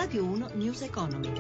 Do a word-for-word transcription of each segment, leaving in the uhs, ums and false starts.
Radio uno News Economy.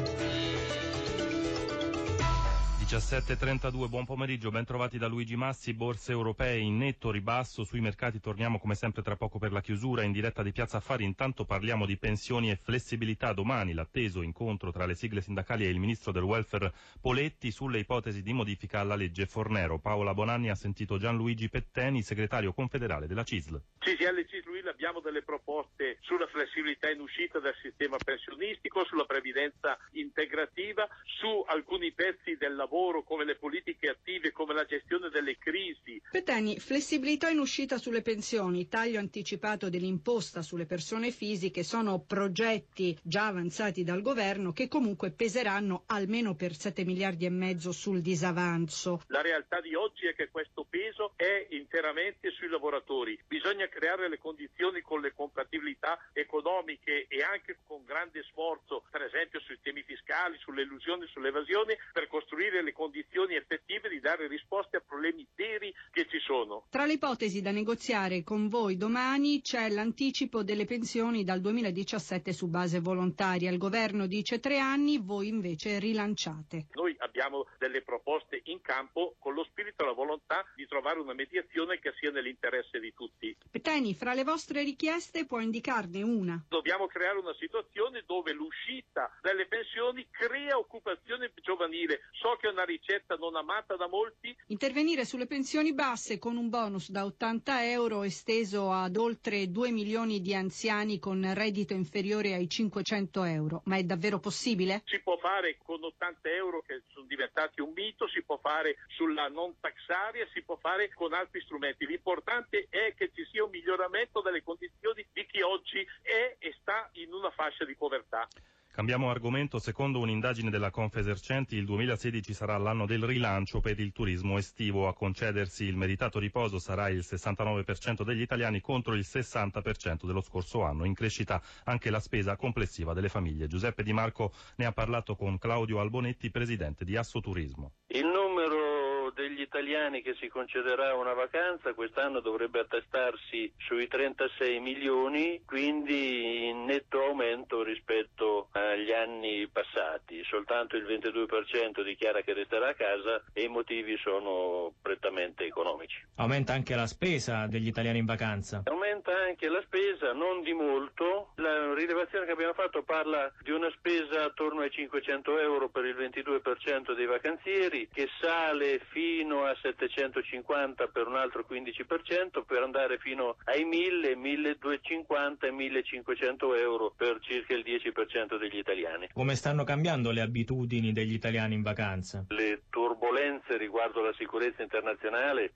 diciassette e trentadue, buon pomeriggio, ben trovati da Luigi Massi. Borse europee in netto ribasso, sui mercati torniamo come sempre tra poco per la chiusura, in diretta di Piazza Affari. Intanto parliamo di pensioni e flessibilità. Domani l'atteso incontro tra le sigle sindacali e il ministro del welfare Poletti sulle ipotesi di modifica alla legge Fornero. Paola Bonanni ha sentito Gianluigi Petteni, segretario confederale della C I S L. C I S L e C I S L abbiamo delle proposte sulla flessibilità in uscita dal sistema pensionistico, sulla previdenza integrativa, su alcuni pezzi del lavoro come le politiche attive, come la gestione delle crisi. Petteni, flessibilità in uscita sulle pensioni, taglio anticipato dell'imposta sulle persone fisiche sono progetti già avanzati dal governo che comunque peseranno almeno per sette miliardi e mezzo sul disavanzo. La realtà di oggi è che questo peso è interamente sui lavoratori. Bisogna creare le condizioni con le compatibilità economiche e anche con grande sforzo, per esempio sui temi fiscali, sulle elusioni, sull'evasione, per costruire le condizioni effettive di dare risposte a problemi veri che ci sono. Tra le ipotesi da negoziare con voi domani c'è l'anticipo delle pensioni dal duemiladiciassette su base volontaria. Il governo dice tre anni, voi invece rilanciate. Noi abbiamo delle proposte in campo con lo spirito e la volontà di trovare una mediazione che sia nell'interesse di tutti. Petteni, fra le vostre richieste può indicarne una. Dobbiamo creare una situazione dove l'uscita delle pensioni crea occupazione giovanile. So che è una ricetta non amata da molti. Intervenire sulle pensioni basse con un bonus da ottanta euro esteso ad oltre due milioni di anziani con reddito inferiore ai cinquecento euro. Ma è davvero possibile? Si può fare con ottanta euro che sono diventati un mito, si può fare sulla non taxaria, si può fare con altri strumenti. L'importante è che ci sia un miglioramento delle condizioni di chi oggi è e sta in una fascia di povertà. Cambiamo argomento. Secondo un'indagine della Confesercenti, il duemilasedici sarà l'anno del rilancio per il turismo estivo. A concedersi il meritato riposo sarà il sessantanove per cento degli italiani contro il sessanta per cento dello scorso anno. In crescita anche la spesa complessiva delle famiglie. Giuseppe Di Marco ne ha parlato con Claudio Albonetti, presidente di Assoturismo. Il numero degli italiani che si concederà una vacanza quest'anno dovrebbe attestarsi sui trentasei milioni, quindi in netto aumento rispetto agli anni passati. Soltanto il ventidue per cento dichiara che resterà a casa e i motivi sono prettamente economici. Aumenta anche la spesa degli italiani in vacanza? Aumenta anche la spesa, non di molto. La rilevazione che abbiamo fatto parla di una spesa attorno ai cinquecento euro per il ventidue per cento dei vacanzieri, che sale fino a settecentocinquanta per un altro quindici per cento, per andare fino ai mille, milleduecentocinquanta e millecinquecento euro per circa il dieci per cento degli italiani. Come stanno cambiando le abitudini degli italiani in vacanza? Le turbolenze riguardo la sicurezza internazionale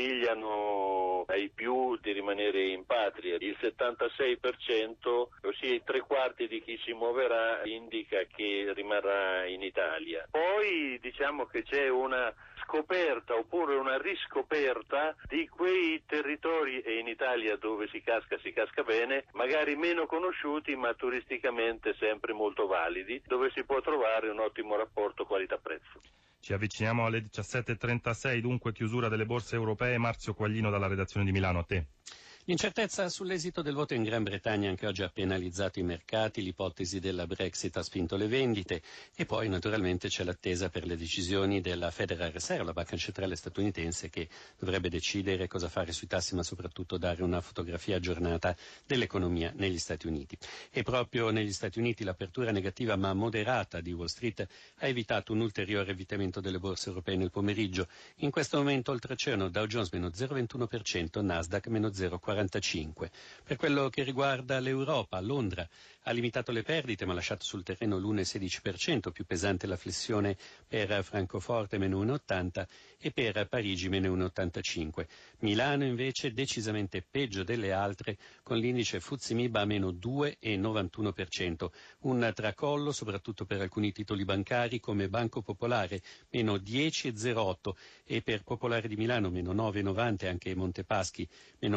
consigliano ai più di rimanere in patria. Il settantasei per cento, ossia i tre quarti di chi si muoverà, indica che rimarrà in Italia. Poi diciamo che c'è una scoperta oppure una riscoperta di quei territori, e in Italia dove si casca si casca bene, magari meno conosciuti ma turisticamente sempre molto validi, dove si può trovare un ottimo rapporto qualità-prezzo. Ci avviciniamo alle diciassette e trentasei, dunque chiusura delle borse europee. Marzio Quaglino dalla redazione di Milano, a te. L'incertezza sull'esito del voto in Gran Bretagna anche oggi ha penalizzato i mercati, l'ipotesi della Brexit ha spinto le vendite e poi naturalmente c'è l'attesa per le decisioni della Federal Reserve, la banca centrale statunitense, che dovrebbe decidere cosa fare sui tassi ma soprattutto dare una fotografia aggiornata dell'economia negli Stati Uniti. E proprio negli Stati Uniti l'apertura negativa ma moderata di Wall Street ha evitato un ulteriore avvitamento delle borse europee nel pomeriggio. In questo momento oltreoceano Dow Jones meno zero virgola ventuno per cento, Nasdaq meno zero virgola quarantacinque. Per quello che riguarda l'Europa, Londra ha limitato le perdite ma ha lasciato sul terreno l'uno virgola sedici per cento, più pesante la flessione per Francoforte meno uno virgola ottanta e per Parigi meno uno virgola ottantacinque. Milano invece decisamente peggio delle altre, con l'indice F T S E M I B a meno due virgola novantuno per cento, un tracollo soprattutto per alcuni titoli bancari come Banco Popolare meno dieci virgola zero otto e per Popolare di Milano meno nove virgola novanta e anche Montepaschi meno nove virgola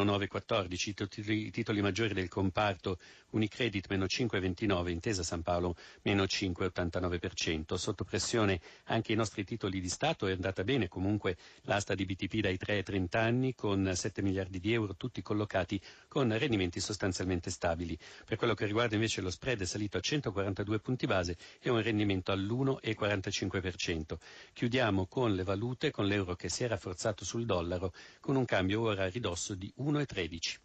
quattordici, i titoli maggiori del comparto Unicredit meno cinque virgola ventinove, Intesa San Paolo meno cinque virgola ottantanove per cento. Sotto pressione anche i nostri titoli di Stato, è andata bene comunque l'asta di B T P dai tre ai trenta anni con sette miliardi di euro, tutti collocati con rendimenti sostanzialmente stabili. Per quello che riguarda invece lo spread è salito a centoquarantadue punti base e un rendimento all'uno virgola quarantacinque per cento. Chiudiamo con le valute, con l'euro che si è rafforzato sul dollaro con un cambio ora a ridosso di uno virgola tredici.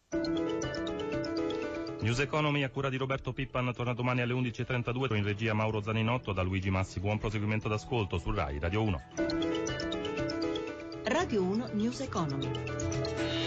News Economy a cura di Roberto Pippan torna domani alle undici e trentadue, in regia Mauro Zaninotto, da Luigi Massi. Buon proseguimento d'ascolto su Rai Radio uno. Radio uno News Economy.